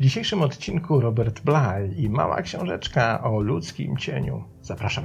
W dzisiejszym odcinku Robert Bly i mała książeczka o ludzkim cieniu. Zapraszam.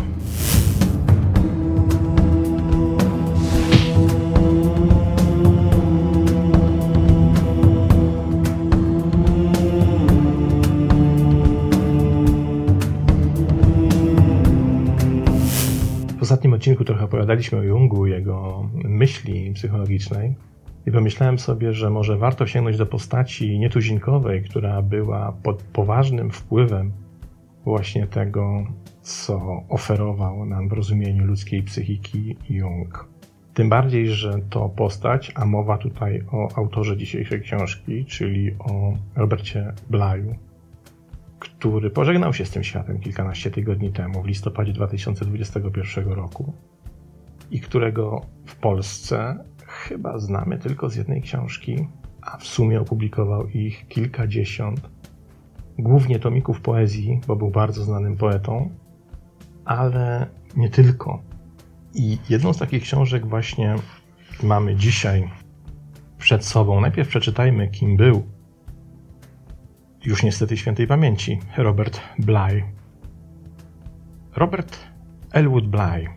W ostatnim odcinku trochę opowiadaliśmy o Jungu, jego myśli psychologicznej i pomyślałem sobie, że może warto sięgnąć do postaci nietuzinkowej, która była pod poważnym wpływem właśnie tego, co oferował nam w rozumieniu ludzkiej psychiki Jung. Tym bardziej, że to postać, a mowa tutaj o autorze dzisiejszej książki, czyli o Robercie Bly'u, który pożegnał się z tym światem kilkanaście tygodni temu, w listopadzie 2021 roku i którego w Polsce chyba znamy tylko z jednej książki, a w sumie opublikował ich kilkadziesiąt, głównie tomików poezji, bo był bardzo znanym poetą, ale nie tylko. I jedną z takich książek właśnie mamy dzisiaj przed sobą. Najpierw przeczytajmy, kim był, już niestety świętej pamięci, Robert Bly. Robert Elwood Bly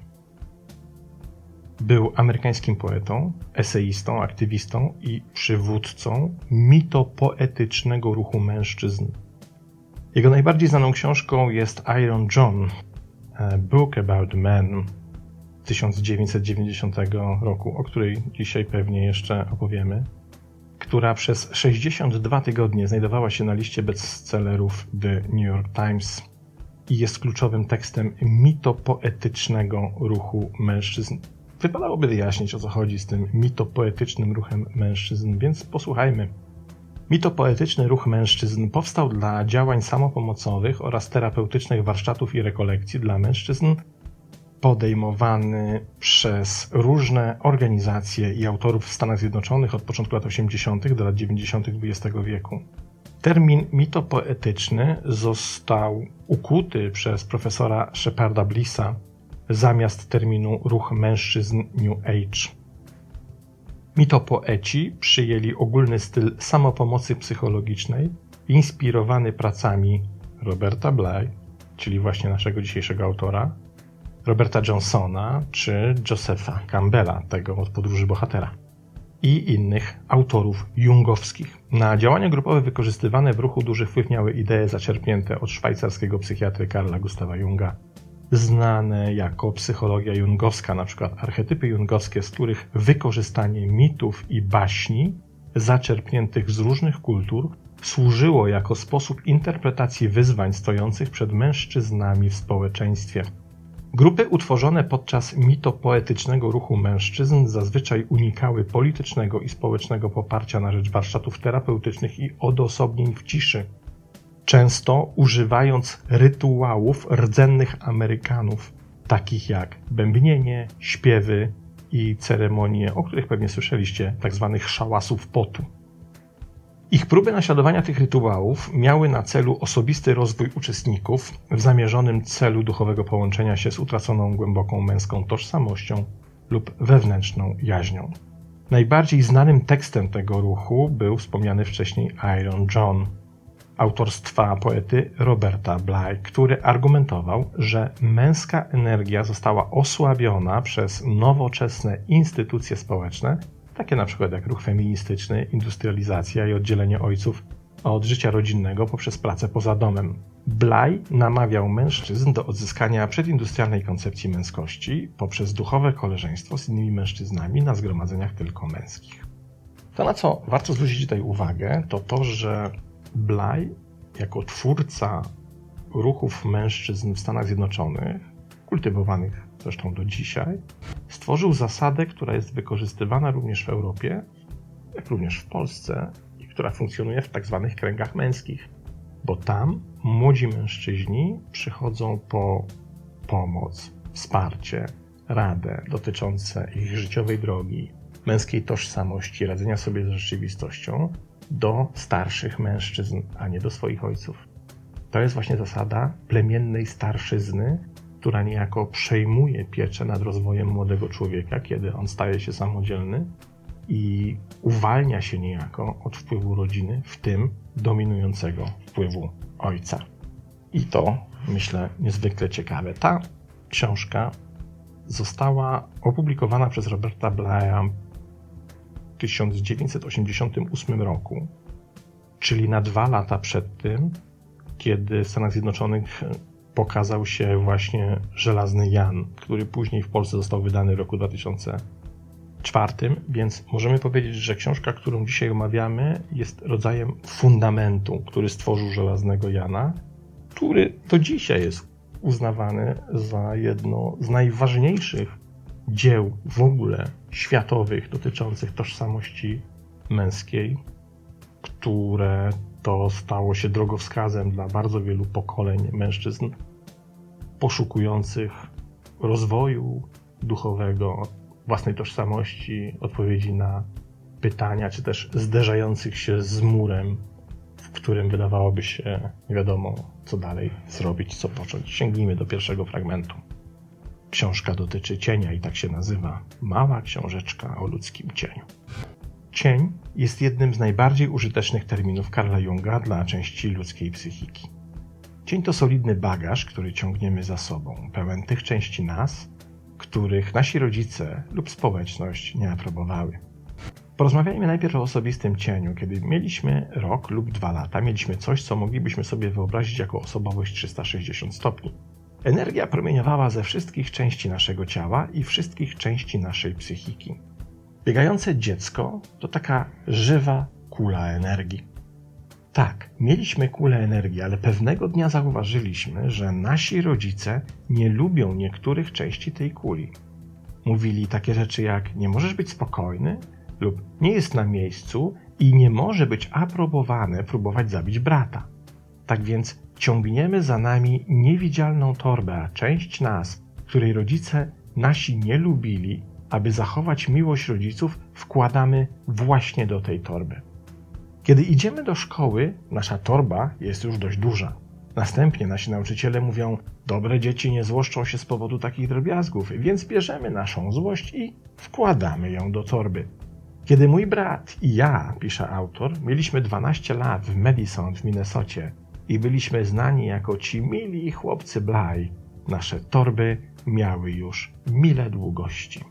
był amerykańskim poetą, eseistą, aktywistą i przywódcą mitopoetycznego ruchu mężczyzn. Jego najbardziej znaną książką jest Iron John, A Book About Men 1990 roku, o której dzisiaj pewnie jeszcze opowiemy, która przez 62 tygodnie znajdowała się na liście bestsellerów The New York Times i jest kluczowym tekstem mitopoetycznego ruchu mężczyzn. Wypadałoby wyjaśnić, o co chodzi z tym mitopoetycznym ruchem mężczyzn, więc posłuchajmy. Mitopoetyczny ruch mężczyzn powstał dla działań samopomocowych oraz terapeutycznych warsztatów i rekolekcji dla mężczyzn, podejmowany przez różne organizacje i autorów w Stanach Zjednoczonych od początku lat 80. do lat 90. XX wieku. Termin mitopoetyczny został ukuty przez profesora Sheparda Blissa zamiast terminu ruch mężczyzn New Age. Mitopoeci przyjęli ogólny styl samopomocy psychologicznej, inspirowany pracami Roberta Bly, czyli właśnie naszego dzisiejszego autora, Roberta Johnsona czy Josepha Campbella, tego od Podróży Bohatera, i innych autorów jungowskich. Na działania grupowe wykorzystywane w ruchu duży wpływ miały idee zaczerpnięte od szwajcarskiego psychiatry Carla Gustawa Junga, znane jako psychologia jungowska, na przykład archetypy jungowskie, z których wykorzystanie mitów i baśni zaczerpniętych z różnych kultur służyło jako sposób interpretacji wyzwań stojących przed mężczyznami w społeczeństwie. Grupy utworzone podczas mitopoetycznego ruchu mężczyzn zazwyczaj unikały politycznego i społecznego poparcia na rzecz warsztatów terapeutycznych i odosobnień w ciszy, często używając rytuałów rdzennych Amerykanów, takich jak bębnienie, śpiewy i ceremonie, o których pewnie słyszeliście, tzw. szałasów potu. Ich próby naśladowania tych rytuałów miały na celu osobisty rozwój uczestników w zamierzonym celu duchowego połączenia się z utraconą głęboką męską tożsamością lub wewnętrzną jaźnią. Najbardziej znanym tekstem tego ruchu był wspomniany wcześniej Iron John, autorstwa poety Roberta Bly, który argumentował, że męska energia została osłabiona przez nowoczesne instytucje społeczne, takie na przykład jak ruch feministyczny, industrializacja i oddzielenie ojców od życia rodzinnego poprzez pracę poza domem. Bly namawiał mężczyzn do odzyskania przedindustrialnej koncepcji męskości poprzez duchowe koleżeństwo z innymi mężczyznami na zgromadzeniach tylko męskich. To, na co warto zwrócić tutaj uwagę, to to, że Bly jako twórca ruchów mężczyzn w Stanach Zjednoczonych, kultywowanych zresztą do dzisiaj, stworzył zasadę, która jest wykorzystywana również w Europie, jak również w Polsce i która funkcjonuje w tak zwanych kręgach męskich, bo tam młodzi mężczyźni przychodzą po pomoc, wsparcie, radę dotyczące ich życiowej drogi, męskiej tożsamości, radzenia sobie z rzeczywistością do starszych mężczyzn, a nie do swoich ojców. To jest właśnie zasada plemiennej starszyzny, która niejako przejmuje pieczę nad rozwojem młodego człowieka, kiedy on staje się samodzielny i uwalnia się niejako od wpływu rodziny, w tym dominującego wpływu ojca. I to, myślę, niezwykle ciekawe. Ta książka została opublikowana przez Roberta Bly'a w 1988 roku, czyli na 2 lata przed tym, kiedy w Stanach Zjednoczonych pokazał się właśnie Żelazny Jan, który później w Polsce został wydany w roku 2004, więc możemy powiedzieć, że książka, którą dzisiaj omawiamy, jest rodzajem fundamentu, który stworzył Żelaznego Jana, który do dzisiaj jest uznawany za jedno z najważniejszych dzieł w ogóle światowych dotyczących tożsamości męskiej, które to stało się drogowskazem dla bardzo wielu pokoleń mężczyzn poszukujących rozwoju duchowego, własnej tożsamości, odpowiedzi na pytania, czy też zderzających się z murem, w którym wydawałoby się nie wiadomo, co dalej zrobić, co począć. Sięgnijmy do pierwszego fragmentu. Książka dotyczy cienia i tak się nazywa. Mała książeczka o ludzkim cieniu. Cień jest jednym z najbardziej użytecznych terminów Carla Junga dla części ludzkiej psychiki. Cień to solidny bagaż, który ciągniemy za sobą, pełen tych części nas, których nasi rodzice lub społeczność nie aprobowały. Porozmawiajmy najpierw o osobistym cieniu. Kiedy mieliśmy rok lub 2 lata, mieliśmy coś, co moglibyśmy sobie wyobrazić jako osobowość 360 stopni. Energia promieniowała ze wszystkich części naszego ciała i wszystkich części naszej psychiki. Biegające dziecko to taka żywa kula energii. Tak, mieliśmy kulę energii, ale pewnego dnia zauważyliśmy, że nasi rodzice nie lubią niektórych części tej kuli. Mówili takie rzeczy jak nie możesz być spokojny lub nie jest na miejscu i nie może być aprobowane próbować zabić brata. Tak więc ciągniemy za nami niewidzialną torbę, a część nas, której rodzice nasi nie lubili, aby zachować miłość rodziców, wkładamy właśnie do tej torby. Kiedy idziemy do szkoły, nasza torba jest już dość duża. Następnie nasi nauczyciele mówią, dobre dzieci nie złoszczą się z powodu takich drobiazgów, więc bierzemy naszą złość i wkładamy ją do torby. Kiedy mój brat i ja, pisze autor, mieliśmy 12 lat w Madison w Minnesocie i byliśmy znani jako ci mili chłopcy Bly, nasze torby miały już mile długości.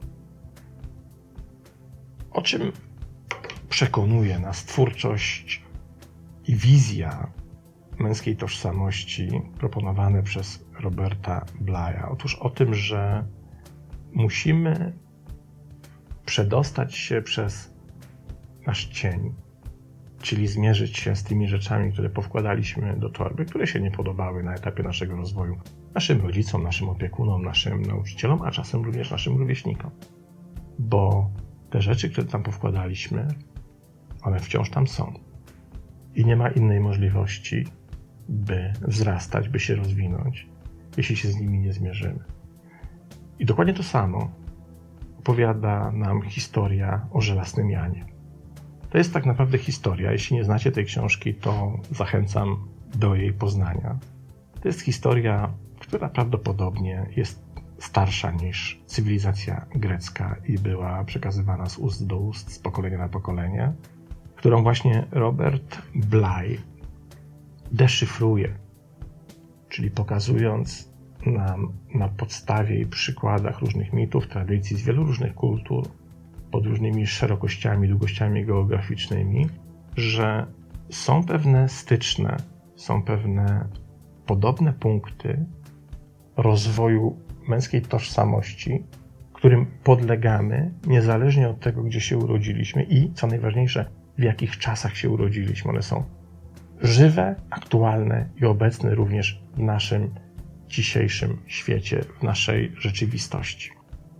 O czym przekonuje nas twórczość i wizja męskiej tożsamości proponowane przez Roberta Bly'a? Otóż o tym, że musimy przedostać się przez nasz cień, czyli zmierzyć się z tymi rzeczami, które powkładaliśmy do torby, które się nie podobały na etapie naszego rozwoju naszym rodzicom, naszym opiekunom, naszym nauczycielom, a czasem również naszym rówieśnikom. Bo te rzeczy, które tam powkładaliśmy, one wciąż tam są. I nie ma innej możliwości, by wzrastać, by się rozwinąć, jeśli się z nimi nie zmierzymy. I dokładnie to samo opowiada nam historia o Żelaznym Janie. To jest tak naprawdę historia. Jeśli nie znacie tej książki, to zachęcam do jej poznania. To jest historia, która prawdopodobnie jest starsza niż cywilizacja grecka i była przekazywana z ust do ust, z pokolenia na pokolenie, którą właśnie Robert Bly deszyfruje, czyli pokazując nam na podstawie i przykładach różnych mitów, tradycji z wielu różnych kultur, pod różnymi szerokościami, długościami geograficznymi, że są pewne styczne, są pewne podobne punkty rozwoju męskiej tożsamości, którym podlegamy, niezależnie od tego, gdzie się urodziliśmy i, co najważniejsze, w jakich czasach się urodziliśmy. One są żywe, aktualne i obecne również w naszym dzisiejszym świecie, w naszej rzeczywistości.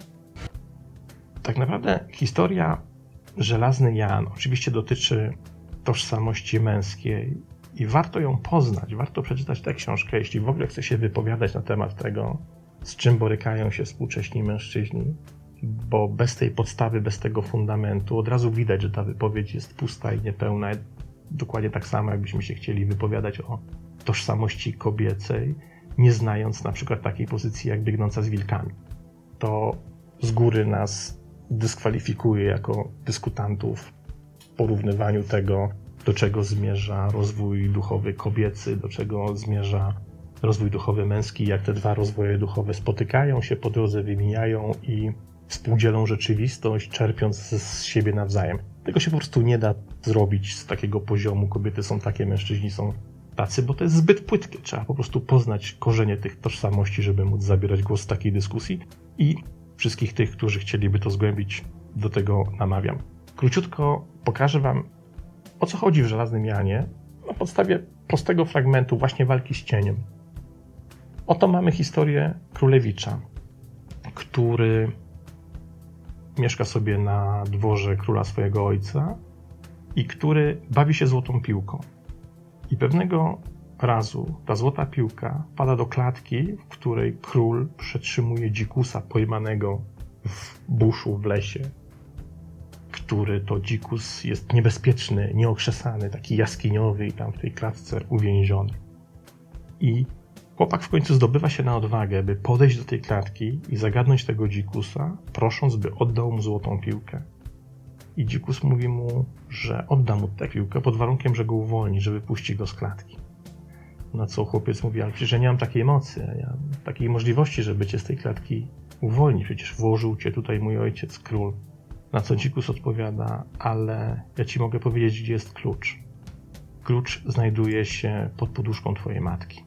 Tak naprawdę historia Żelazny Jan oczywiście dotyczy tożsamości męskiej i warto ją poznać, warto przeczytać tę książkę, jeśli w ogóle chce się wypowiadać na temat tego, z czym borykają się współcześni mężczyźni, bo bez tej podstawy, bez tego fundamentu od razu widać, że ta wypowiedź jest pusta i niepełna. Dokładnie tak samo, jakbyśmy się chcieli wypowiadać o tożsamości kobiecej, nie znając na przykład takiej pozycji jak biegnąca z wilkami. To z góry nas dyskwalifikuje jako dyskutantów w porównywaniu tego, do czego zmierza rozwój duchowy kobiecy, do czego zmierza rozwój duchowy męski, jak te dwa rozwoje duchowe spotykają się po drodze, wymieniają i współdzielą rzeczywistość, czerpiąc z siebie nawzajem. Tego się po prostu nie da zrobić z takiego poziomu. Kobiety są takie, mężczyźni są tacy, bo to jest zbyt płytkie. Trzeba po prostu poznać korzenie tych tożsamości, żeby móc zabierać głos w takiej dyskusji i wszystkich tych, którzy chcieliby to zgłębić, do tego namawiam. Króciutko pokażę wam, o co chodzi w Żelaznym Janie na podstawie prostego fragmentu właśnie walki z cieniem. Oto mamy historię królewicza, który mieszka sobie na dworze króla swojego ojca i który bawi się złotą piłką. I pewnego razu ta złota piłka pada do klatki, w której król przetrzymuje dzikusa pojmanego w buszu, w lesie, który to dzikus jest niebezpieczny, nieokrzesany, taki jaskiniowy i tam w tej klatce uwięziony. I chłopak w końcu zdobywa się na odwagę, by podejść do tej klatki i zagadnąć tego dzikusa, prosząc, by oddał mu złotą piłkę. I dzikus mówi mu, że odda mu tę piłkę pod warunkiem, że go uwolni, że wypuści go z klatki. Na co chłopiec mówi, ale przecież ja nie mam takiej mocy, ja mam takiej możliwości, żeby cię z tej klatki uwolnić. Przecież włożył cię tutaj mój ojciec, król. Na co dzikus odpowiada, ale ja ci mogę powiedzieć, gdzie jest klucz. Klucz znajduje się pod poduszką twojej matki.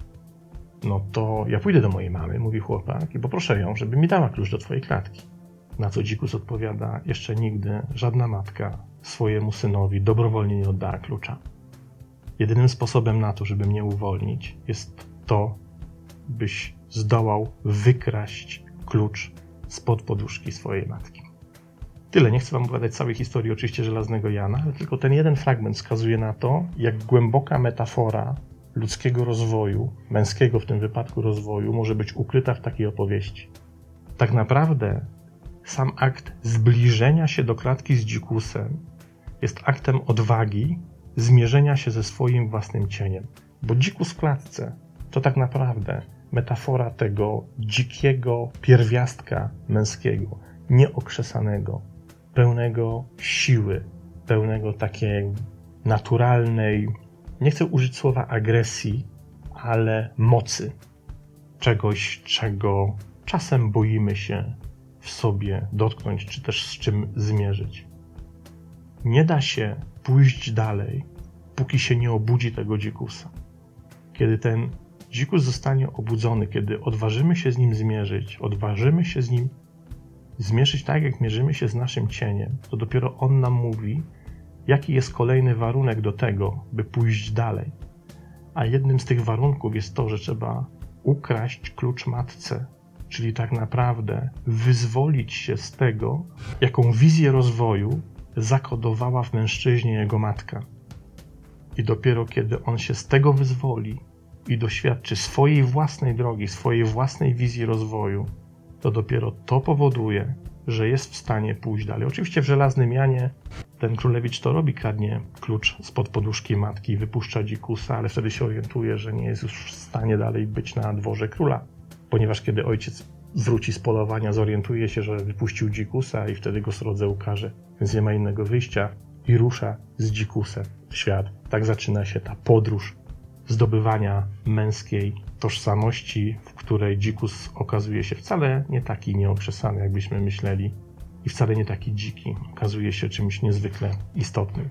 No to ja pójdę do mojej mamy, mówi chłopak, i poproszę ją, żeby mi dała klucz do twojej klatki. Na co dzikus odpowiada, jeszcze nigdy żadna matka swojemu synowi dobrowolnie nie oddała klucza. Jedynym sposobem na to, żeby mnie uwolnić, jest to, byś zdołał wykraść klucz spod poduszki swojej matki. Tyle, nie chcę wam opowiadać całej historii oczywiście Żelaznego Jana, ale tylko ten jeden fragment wskazuje na to, jak głęboka metafora ludzkiego rozwoju, męskiego w tym wypadku rozwoju, może być ukryta w takiej opowieści. Tak naprawdę sam akt zbliżenia się do klatki z dzikusem jest aktem odwagi, zmierzenia się ze swoim własnym cieniem. Bo dzikus w klatce to tak naprawdę metafora tego dzikiego pierwiastka męskiego, nieokrzesanego, pełnego siły, pełnego takiej naturalnej, nie chcę użyć słowa agresji, ale mocy. Czegoś, czego czasem boimy się w sobie dotknąć, czy też z czym zmierzyć. Nie da się pójść dalej, póki się nie obudzi tego dzikusa. Kiedy ten dzikus zostanie obudzony, kiedy odważymy się z nim zmierzyć, odważymy się z nim zmierzyć tak, jak mierzymy się z naszym cieniem, to dopiero on nam mówi, jaki jest kolejny warunek do tego, by pójść dalej. A jednym z tych warunków jest to, że trzeba ukraść klucz matce, czyli tak naprawdę wyzwolić się z tego, jaką wizję rozwoju zakodowała w mężczyźnie jego matka. I dopiero kiedy on się z tego wyzwoli i doświadczy swojej własnej drogi, swojej własnej wizji rozwoju, to dopiero to powoduje, że jest w stanie pójść dalej. Oczywiście w Żelaznym Janie ten królewicz to robi, kradnie klucz spod poduszki matki, wypuszcza dzikusa, ale wtedy się orientuje, że nie jest już w stanie dalej być na dworze króla, ponieważ kiedy ojciec wróci z polowania, zorientuje się, że wypuścił dzikusa i wtedy go srodze ukaże, więc nie ma innego wyjścia i rusza z dzikusem w świat. Tak zaczyna się ta podróż zdobywania męskiej tożsamości, w której dzikus okazuje się wcale nie taki nieokrzesany, jakbyśmy myśleli, i wcale nie taki dziki. Okazuje się czymś niezwykle istotnym.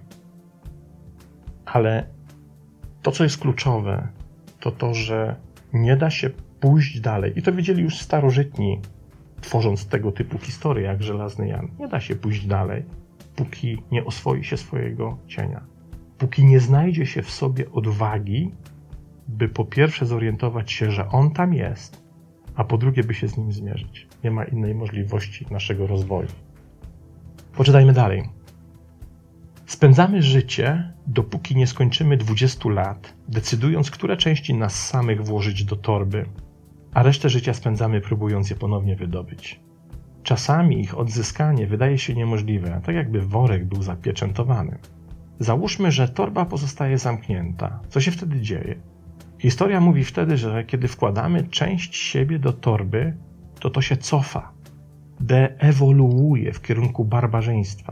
Ale to, co jest kluczowe, to to, że nie da się pójść dalej. I to wiedzieli już starożytni, tworząc tego typu historie jak Żelazny Jan. Nie da się pójść dalej, póki nie oswoi się swojego cienia. Póki nie znajdzie się w sobie odwagi, by po pierwsze zorientować się, że on tam jest, a po drugie, by się z nim zmierzyć. Nie ma innej możliwości naszego rozwoju. Poczytajmy dalej. Spędzamy życie, dopóki nie skończymy 20 lat, decydując, które części nas samych włożyć do torby, a resztę życia spędzamy, próbując je ponownie wydobyć. Czasami ich odzyskanie wydaje się niemożliwe, tak jakby worek był zapieczętowany. Załóżmy, że torba pozostaje zamknięta. Co się wtedy dzieje? Historia mówi wtedy, że kiedy wkładamy część siebie do torby, to się cofa, deewoluuje w kierunku barbarzyństwa.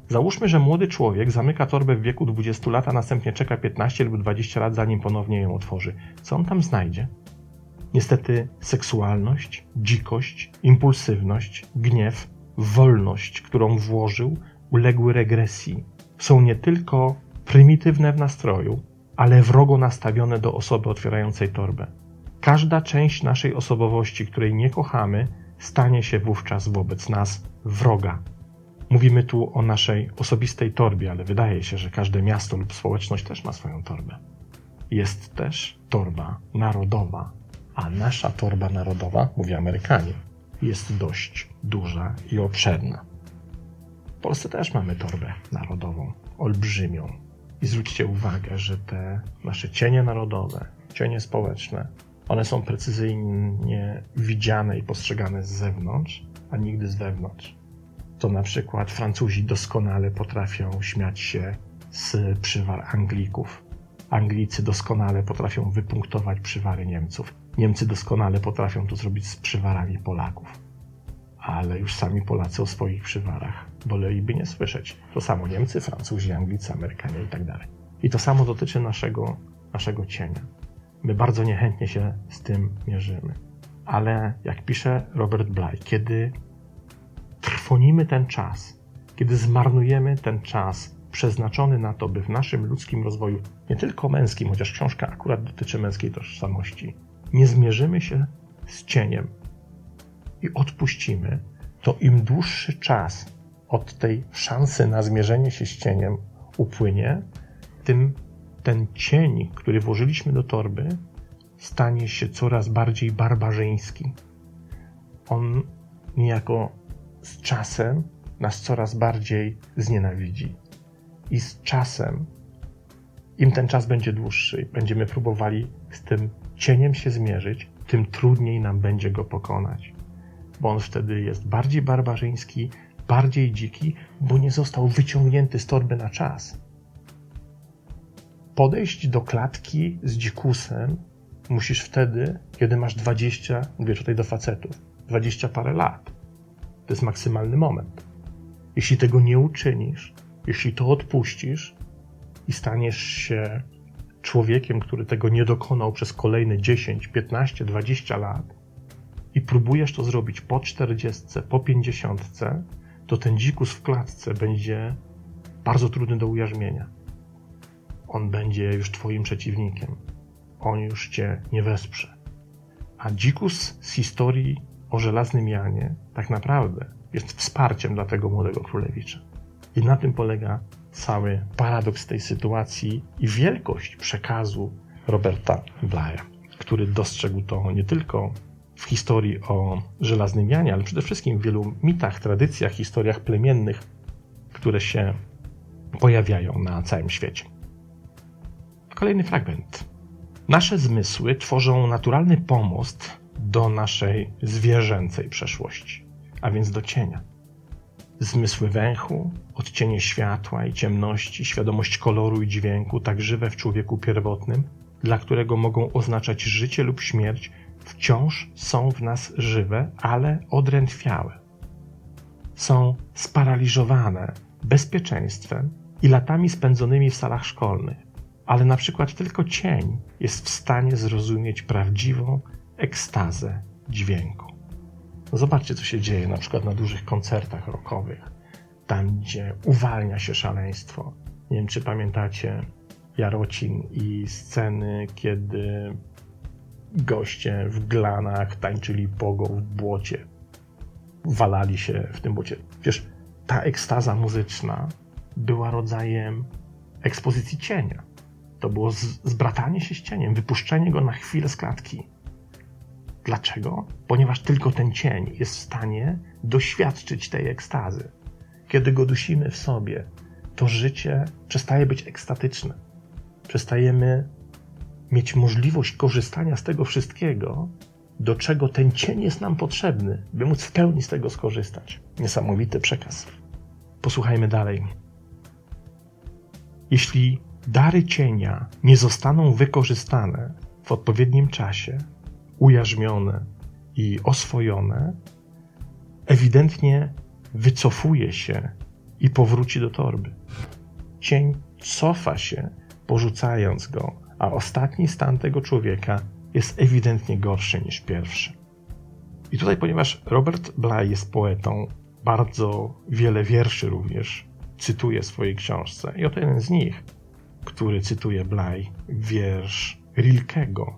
Załóżmy, że młody człowiek zamyka torbę w wieku 20 lat, a następnie czeka 15 lub 20 lat, zanim ponownie ją otworzy. Co on tam znajdzie? Niestety seksualność, dzikość, impulsywność, gniew, wolność, którą włożył, uległy regresji. Są nie tylko prymitywne w nastroju, ale wrogo nastawione do osoby otwierającej torbę. Każda część naszej osobowości, której nie kochamy, stanie się wówczas wobec nas wroga. Mówimy tu o naszej osobistej torbie, ale wydaje się, że każde miasto lub społeczność też ma swoją torbę. Jest też torba narodowa, a nasza torba narodowa, mówię Amerykanie, jest dość duża i obszerna. W Polsce też mamy torbę narodową, olbrzymią. I zwróćcie uwagę, że te nasze cienie narodowe, cienie społeczne, one są precyzyjnie widziane i postrzegane z zewnątrz, a nigdy z wewnątrz. To na przykład Francuzi doskonale potrafią śmiać się z przywar Anglików. Anglicy doskonale potrafią wypunktować przywary Niemców. Niemcy doskonale potrafią to zrobić z przywarami Polaków. Ale już sami Polacy o swoich przywarach woleliby nie słyszeć. To samo Niemcy, Francuzi, Anglicy, Amerykanie i tak dalej. I to samo dotyczy naszego cienia. My bardzo niechętnie się z tym mierzymy. Ale jak pisze Robert Bly, kiedy trwonimy ten czas, kiedy zmarnujemy ten czas przeznaczony na to, by w naszym ludzkim rozwoju, nie tylko męskim, chociaż książka akurat dotyczy męskiej tożsamości, nie zmierzymy się z cieniem i odpuścimy, to im dłuższy czas od tej szansy na zmierzenie się z cieniem upłynie, tym ten cień, który włożyliśmy do torby, stanie się coraz bardziej barbarzyński. On niejako z czasem nas coraz bardziej znienawidzi. I z czasem, im ten czas będzie dłuższy, będziemy próbowali z tym cieniem się zmierzyć, tym trudniej nam będzie go pokonać. Bo on wtedy jest bardziej barbarzyński, bardziej dziki, bo nie został wyciągnięty z torby na czas. Podejść do klatki z dzikusem musisz wtedy, kiedy masz 20, mówię tutaj do facetów, 20 parę lat. To jest maksymalny moment. Jeśli tego nie uczynisz, jeśli to odpuścisz i staniesz się człowiekiem, który tego nie dokonał przez kolejne 10, 15, 20 lat i próbujesz to zrobić po 40, po 50, to ten dzikus w klatce będzie bardzo trudny do ujarzmienia. On będzie już twoim przeciwnikiem. On już cię nie wesprze. A dzikus z historii o Żelaznym Janie tak naprawdę jest wsparciem dla tego młodego królewicza. I na tym polega cały paradoks tej sytuacji i wielkość przekazu Roberta Bly'a, który dostrzegł to nie tylko w historii o Żelaznym Janie, ale przede wszystkim w wielu mitach, tradycjach, historiach plemiennych, które się pojawiają na całym świecie. Kolejny fragment. Nasze zmysły tworzą naturalny pomost do naszej zwierzęcej przeszłości, a więc do cienia. Zmysły węchu, odcienie światła i ciemności, świadomość koloru i dźwięku, tak żywe w człowieku pierwotnym, dla którego mogą oznaczać życie lub śmierć, wciąż są w nas żywe, ale odrętwiałe. Są sparaliżowane bezpieczeństwem i latami spędzonymi w salach szkolnych, ale na przykład tylko cień jest w stanie zrozumieć prawdziwą ekstazę dźwięku. Zobaczcie, co się dzieje na przykład na dużych koncertach rockowych, tam gdzie uwalnia się szaleństwo. Nie wiem, czy pamiętacie Jarocin i sceny, kiedy goście w glanach tańczyli pogo w błocie, walali się w tym błocie. Wiesz, ta ekstaza muzyczna była rodzajem ekspozycji cienia. To było zbratanie się z cieniem, wypuszczenie go na chwilę z klatki. Dlaczego? Ponieważ tylko ten cień jest w stanie doświadczyć tej ekstazy. Kiedy go dusimy w sobie, to życie przestaje być ekstatyczne. Przestajemy mieć możliwość korzystania z tego wszystkiego, do czego ten cień jest nam potrzebny, by móc w pełni z tego skorzystać. Niesamowity przekaz. Posłuchajmy dalej. Jeśli dary cienia nie zostaną wykorzystane w odpowiednim czasie, ujarzmione i oswojone, ewidentnie wycofuje się i powróci do torby. Cień cofa się, porzucając go, a ostatni stan tego człowieka jest ewidentnie gorszy niż pierwszy. I tutaj, ponieważ Robert Bly jest poetą, bardzo wiele wierszy również cytuje w swojej książce. I oto jeden z nich, który cytuje Bly, wiersz Rilkego,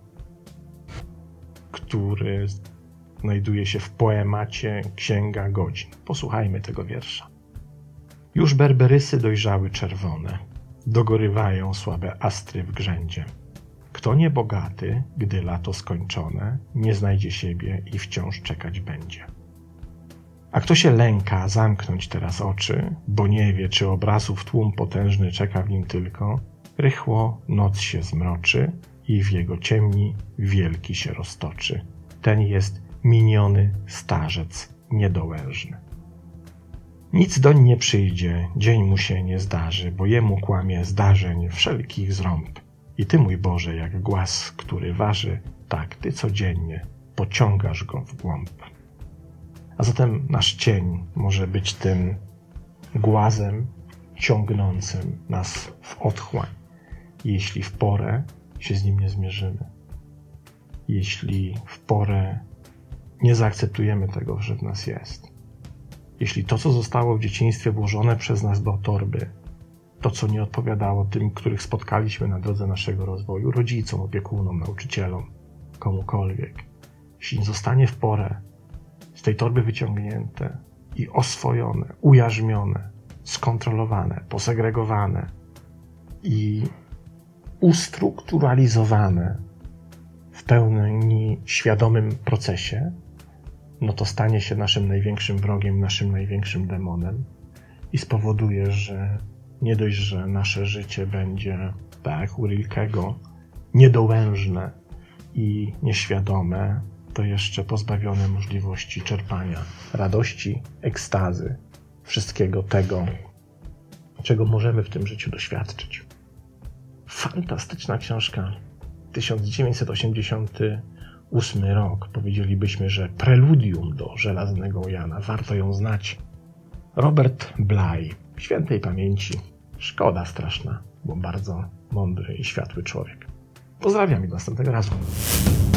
który znajduje się w poemacie Księga Godzin. Posłuchajmy tego wiersza. Już berberysy dojrzały czerwone, dogorywają słabe astry w grzędzie. Kto nie bogaty, gdy lato skończone, nie znajdzie siebie i wciąż czekać będzie. A kto się lęka zamknąć teraz oczy, bo nie wie, czy obrazów tłum potężny czeka w nim tylko, rychło noc się zmroczy i w jego ciemni wielki się roztoczy. Ten jest miniony starzec niedołężny. Nic doń nie przyjdzie, dzień mu się nie zdarzy, bo jemu kłamie zdarzeń wszelkich zrąb. I ty, mój Boże, jak głaz, który waży, tak ty codziennie pociągasz go w głąb. A zatem nasz cień może być tym głazem ciągnącym nas w otchłań, jeśli w porę się z nim nie zmierzymy. Jeśli w porę nie zaakceptujemy tego, że w nas jest. Jeśli to, co zostało w dzieciństwie włożone przez nas do torby, to, co nie odpowiadało tym, których spotkaliśmy na drodze naszego rozwoju, rodzicom, opiekunom, nauczycielom, komukolwiek, jeśli nie zostanie w porę z tej torby wyciągnięte i oswojone, ujarzmione, skontrolowane, posegregowane i ustrukturalizowane w pełni świadomym procesie, no to stanie się naszym największym wrogiem, naszym największym demonem i spowoduje, że nie dość, że nasze życie będzie, tak jak u Rilkego, niedołężne i nieświadome, to jeszcze pozbawione możliwości czerpania radości, ekstazy, wszystkiego tego, czego możemy w tym życiu doświadczyć. Fantastyczna książka. 1988 rok. Powiedzielibyśmy, że preludium do Żelaznego Jana. Warto ją znać. Robert Bly. Świętej pamięci. Szkoda straszna, bo bardzo mądry i światły człowiek. Pozdrawiam i do następnego razu.